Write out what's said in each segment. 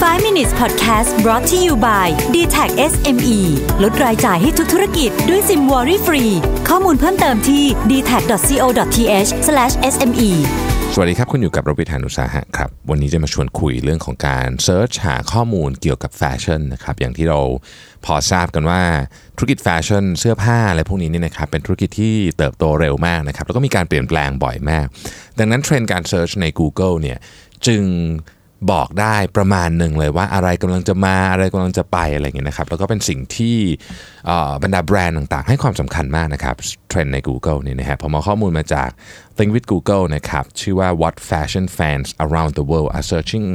5 minutes podcast brought to you by DTAC SME ลดรายจ่ายให้ทุกธุรกิจด้วยซิมวอรี่ฟรีข้อมูลเพิ่มเติมที่ dtac.co.th/sme สวัสดีครับคุณอยู่กับรวิทย์ หาญอุตสาหะครับวันนี้จะมาชวนคุยเรื่องของการเซิร์ชหาข้อมูลเกี่ยวกับแฟชั่นนะครับอย่างที่เราพอทราบกันว่าธุรกิจแฟชั่นเสื้อผ้าอะไรพวกนี้เนี่ยนะครับเป็นธุรกิจที่เติบโตเร็วมากนะครับแล้วก็มีการเปลี่ยนแปลงบ่อยมากดังนั้นเทรนด์การเซิร์ชใน Google เนี่ยจึงบอกได้ประมาณหนึ่งเลยว่าอะไรกำลังจะมาอะไรกำลังจะไปอะไรอย่างเงี้ยนะครับแล้วก็เป็นสิ่งที่บรรดาแบรนด์ต่างๆให้ความสำคัญมากนะครับเทรนด์ใน Google เนี่ยนะฮะผมเอาข้อมูลมาจาก Think with Google นะครับชื่อว่า What Fashion Fans Around the World Are Searching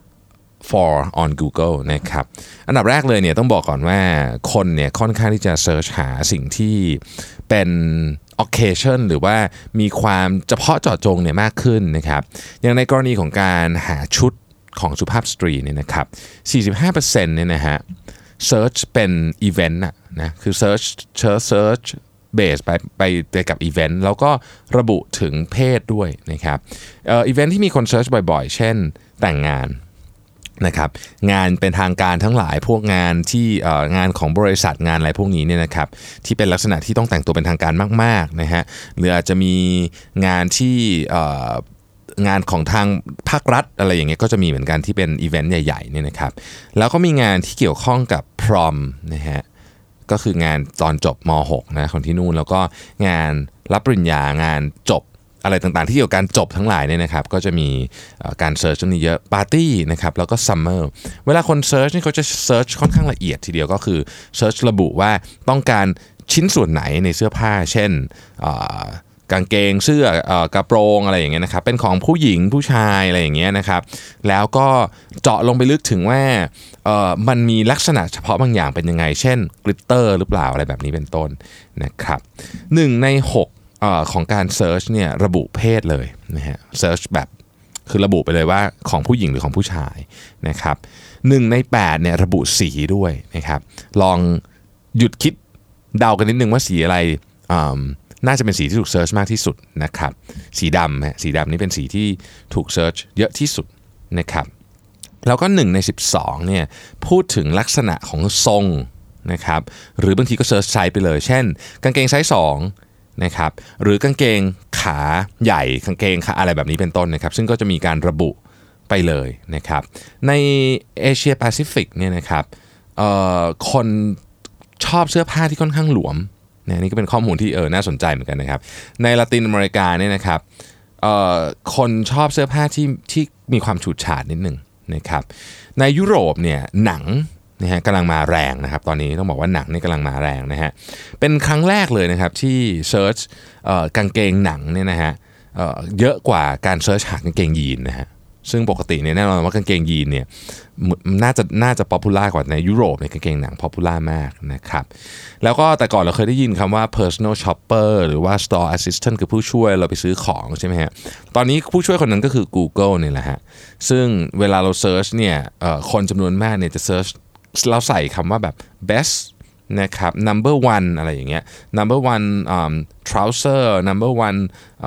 for on Google นะครับอันดับแรกเลยเนี่ยต้องบอกก่อนว่าคนเนี่ยค่อนข้างที่จะเซิร์ชหาสิ่งที่เป็น occasion หรือว่ามีความเฉพาะเจาะจงเนี่ยมากขึ้นนะครับอย่างในกรณีของการหาชุดของสุภาพสตรีเนี่ยนะครับ 45% เนี่ยนะฮะเซิร์ชเป็นอีเวนต์นะคือเซิร์ชเบสไปกับอีเวนต์แล้วก็ระบุถึงเพศด้วยนะครับอีเวนต์ที่มีคนเซิร์ชบ่อยๆเช่นแต่งงานนะครับงานเป็นทางการทั้งหลายพวกงานที่งานของบริษัทงานอะไรพวกนี้เนี่ยนะครับที่เป็นลักษณะที่ต้องแต่งตัวเป็นทางการมากๆนะฮะหรืออาจจะมีงานที่งานของทางภาครัฐอะไรอย่างเงี้ยก็จะมีเหมือนกันที่เป็นอีเวนต์ใหญ่ๆเนี่ยนะครับแล้วก็มีงานที่เกี่ยวข้องกับพรอมนะฮะก็คืองานตอนจบม.6 นะของที่นู่นแล้วก็งานรับปริญญางานจบอะไรต่างๆที่เกี่ยวกับการจบทั้งหลายเนี่ยนะครับก็จะมีการเซิร์ชตรงนี้เยอะปาร์ตี้นะครับแล้วก็ซัมเมอร์เวลาคนเซิร์ชนี่เขาจะเซิร์ชค่อนข้างละเอียดทีเดียวก็คือเซิร์ชระบุว่าต้องการชิ้นส่วนไหนในเสื้อผ้าเช่นกางเกงเสื้อกระโปรงอะไรอย่างเงี้ยนะครับเป็นของผู้หญิงผู้ชายอะไรอย่างเงี้ยนะครับแล้วก็เจาะลงไปลึกถึงว่ามันมีลักษณะเฉพาะบางอย่างเป็นยังไงเช่นกลิตเตอร์หรือเปล่าอะไรแบบนี้เป็นต้นนะครับ1 ใน 6ของการเซิร์ชเนี่ยระบุเพศเลยนะฮะเซิร์ชแบบคือระบุไปเลยว่าของผู้หญิงหรือของผู้ชายนะครับ1 ใน 8เนี่ยระบุสีด้วยนะครับลองหยุดคิดเดากันนิดนึงว่าสีอะไรน่าจะเป็นสีที่ถูกเซิร์ชมากที่สุดนะครับสีดำสีดำนี่เป็นสีที่ถูกเซิร์ชเยอะที่สุดนะครับแล้วก็1 ใน 12เนี่ยพูดถึงลักษณะของทรงนะครับหรือบางทีก็เซิร์ชไซส์ไปเลยเช่นกางเกงไซส์2นะครับหรือกางเกงขาใหญ่กางเกงขาอะไรแบบนี้เป็นต้นนะครับซึ่งก็จะมีการระบุไปเลยนะครับในเอเชียแปซิฟิกเนี่ยนะครับคนชอบเสื้อผ้าที่ค่อนข้างหลวมนี่ก็เป็นข้อมูลที่น่าสนใจเหมือนกันนะครับในละตินอเมริกาเนี่ยนะครับคนชอบเสื้อผ้าที่มีความฉูดฉาดนิดหนึ่งนะครับในยุโรปเนี่ยหนังนะฮะกำลังมาแรงนะครับตอนนี้ต้องบอกว่าหนังนี่กำลังมาแรงนะฮะเป็นครั้งแรกเลยนะครับที่เซิร์ชกางเกงหนังเนี่ยนะฮะเยอะกว่าการเซิร์ชหากางเกงยีนนะฮะซึ่งปกติเนี่ยแน่นอนว่ากางเกงยีนเนี่ยน่าจะป๊อปปูล่ากว่าในยุโรปในกางเกงหนังป๊อปปูล่ามากนะครับแล้วก็แต่ก่อนเราเคยได้ยินคำว่า personal shopper หรือว่า store assistant คือผู้ช่วยเราไปซื้อของใช่ไหมฮะตอนนี้ผู้ช่วยคนนั้นก็คือ Google เนี่ยแหละฮะซึ่งเวลาเราเซิร์ชเนี่ยคนจำนวนมากเนี่ยจะเซิร์ชเราใส่คำว่าแบบ best นะครับ number one อะไรอย่างเงี้ย number one trouser number one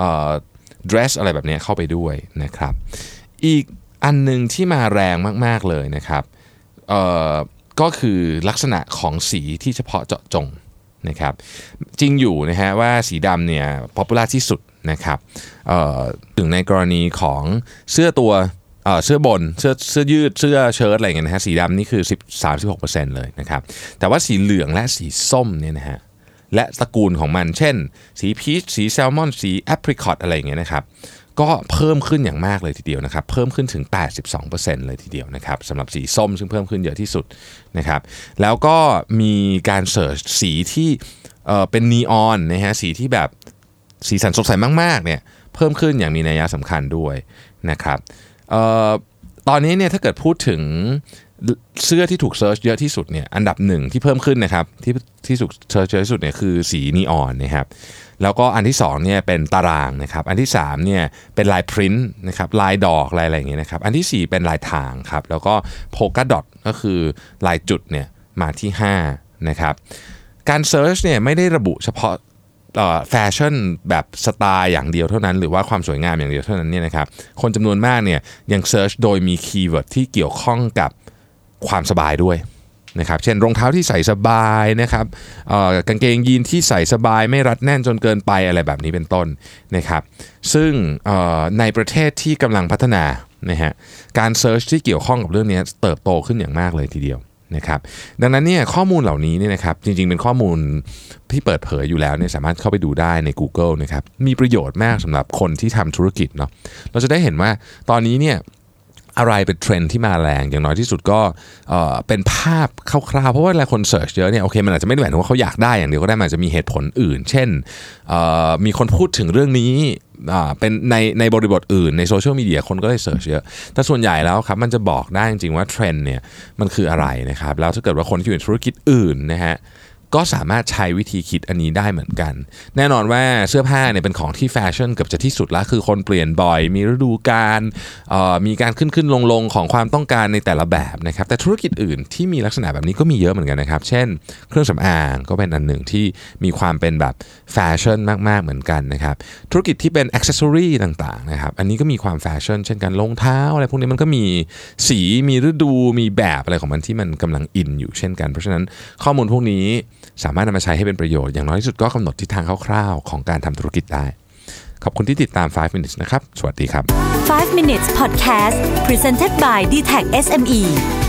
dress อะไรแบบนี้เข้าไปด้วยนะครับอีกอันนึงที่มาแรงมากๆเลยนะครับก็คือลักษณะของสีที่เฉพาะเจาะจงนะครับจริงอยู่นะฮะว่าสีดำเนี่ยป๊อปปูล่าที่สุดนะครับถึงในกรณีของเสื้อบนเสื้อยืดเสื้อเชิ้ตอะไรอย่างเงี้ยนะฮะสีดำนี่คือ 36% เลยนะครับแต่ว่าสีเหลืองและสีส้มเนี่ยนะฮะและตระกูลของมันเช่นสีพีชสีแซลมอนสีแอปริคอตอะไรอย่างเงี้ยนะครับก็เพิ่มขึ้นอย่างมากเลยทีเดียวนะครับเพิ่มขึ้นถึง 82% เลยทีเดียวนะครับสำหรับสีส้มซึ่งเพิ่มขึ้นเยอะที่สุดนะครับแล้วก็มีการเสิร์ชสีที่เป็นนีออนนะฮะสีที่แบบสีสันสดใสมากๆเนี่ยเพิ่มขึ้นอย่างมีนัยสำคัญด้วยนะครับตอนนี้เนี่ยถ้าเกิดพูดถึงเสื้อที่ถูกเซิร์ชเยอะที่สุดเนี่ยอันดับ1ที่เพิ่มขึ้นนะครับที่ถูกเซิร์ชเยอะที่สุดเนี่ยคือสีนีออนนะครับแล้วก็อันที่2เนี่ยเป็นตารางนะครับอันที่3เนี่ยเป็นลายพริ้นท์นะครับลายดอกลายอะไรอย่างเงี้ยนะครับอันที่4เป็นลายทางครับแล้วก็โพลกาดอทก็คือลายจุดเนี่ยมาที่5นะครับการเซิร์ชเนี่ยไม่ได้ระบุเฉพาะแฟชั่นแบบสไตล์อย่างเดียวเท่านั้นหรือว่าความสวยงามอย่างเดียวเท่านั้นเนี่ยนะครับคนจำนวนมากเนี่ยยังเซิร์ชโดยมีคีย์เวิร์ดที่เกี่ยวข้องกับความสบายด้วยนะครับเช่นรองเท้าที่ใส่สบายนะครับกางเกงยีนที่ใส่สบายไม่รัดแน่นจนเกินไปอะไรแบบนี้เป็นต้นนะครับซึ่งในประเทศที่กำลังพัฒนานะฮะการเซิร์ชที่เกี่ยวข้องกับเรื่องนี้เติบโตขึ้นอย่างมากเลยทีเดียวนะครับดังนั้นเนี่ยข้อมูลเหล่านี้เนี่ยนะครับจริงๆเป็นข้อมูลที่เปิดเผยอยู่แล้วเนี่ยสามารถเข้าไปดูได้ใน Google นะครับมีประโยชน์มากสำหรับคนที่ทำธุรกิจเนาะเราจะได้เห็นว่าตอนนี้เนี่ยอะไรเป็นเทรนด์ที่มาแรงอย่างน้อยที่สุดก็เป็นภาพคร่าวๆเพราะว่าเวลาคนเสิร์ชเยอะเนี่ยโอเคมันอาจจะไม่ได้หมายถึงว่าเขาอยากได้อย่างเดียวก็ได้มันอาจจะมีเหตุผลอื่นเช่นมีคนพูดถึงเรื่องนี้เป็นในบริบทอื่นในโซเชียลมีเดียคนก็เลยเสิร์ชเยอะแต่ส่วนใหญ่แล้วครับมันจะบอกได้จริงๆว่าเทรนด์เนี่ยมันคืออะไรนะครับแล้วถ้าเกิดว่าคนที่อยู่ในธุรกิจอื่นนะฮะก็สามารถใช้วิธีคิดอันนี้ได้เหมือนกันแน่นอนว่าเสื้อผ้าเนี่ยเป็นของที่แฟชั่นเกือบจะที่สุดแล้วคือคนเปลี่ยนบ่อยมีฤดูกาลมีการขึ้นลงของความต้องการในแต่ละแบบนะครับแต่ธุรกิจอื่นที่มีลักษณะแบบนี้ก็มีเยอะเหมือนกันนะครับเช่นเครื่องสำอางก็เป็นอันหนึ่งที่มีความเป็นแบบแฟชั่นมากๆเหมือนกันนะครับธุรกิจที่เป็นอ็อกเซสซอรี่ต่างๆนะครับอันนี้ก็มีความแฟชั่นเช่นกันรองเท้าอะไรพวกนี้มันก็มีสีมีฤดูมีแบบอะไรของมันที่มันกำลังอินอยู่เช่นกันเพราะฉะนั้นข้อมูลพวกนี้สามารถนำมาใช้ให้เป็นประโยชน์อย่างน้อยที่สุดก็กำหนดทิศทางคร่าวๆของการทำธุรกิจได้ขอบคุณที่ติดตาม 5 minutes นะครับสวัสดีครับ 5 minutes podcast presented by DTAC SME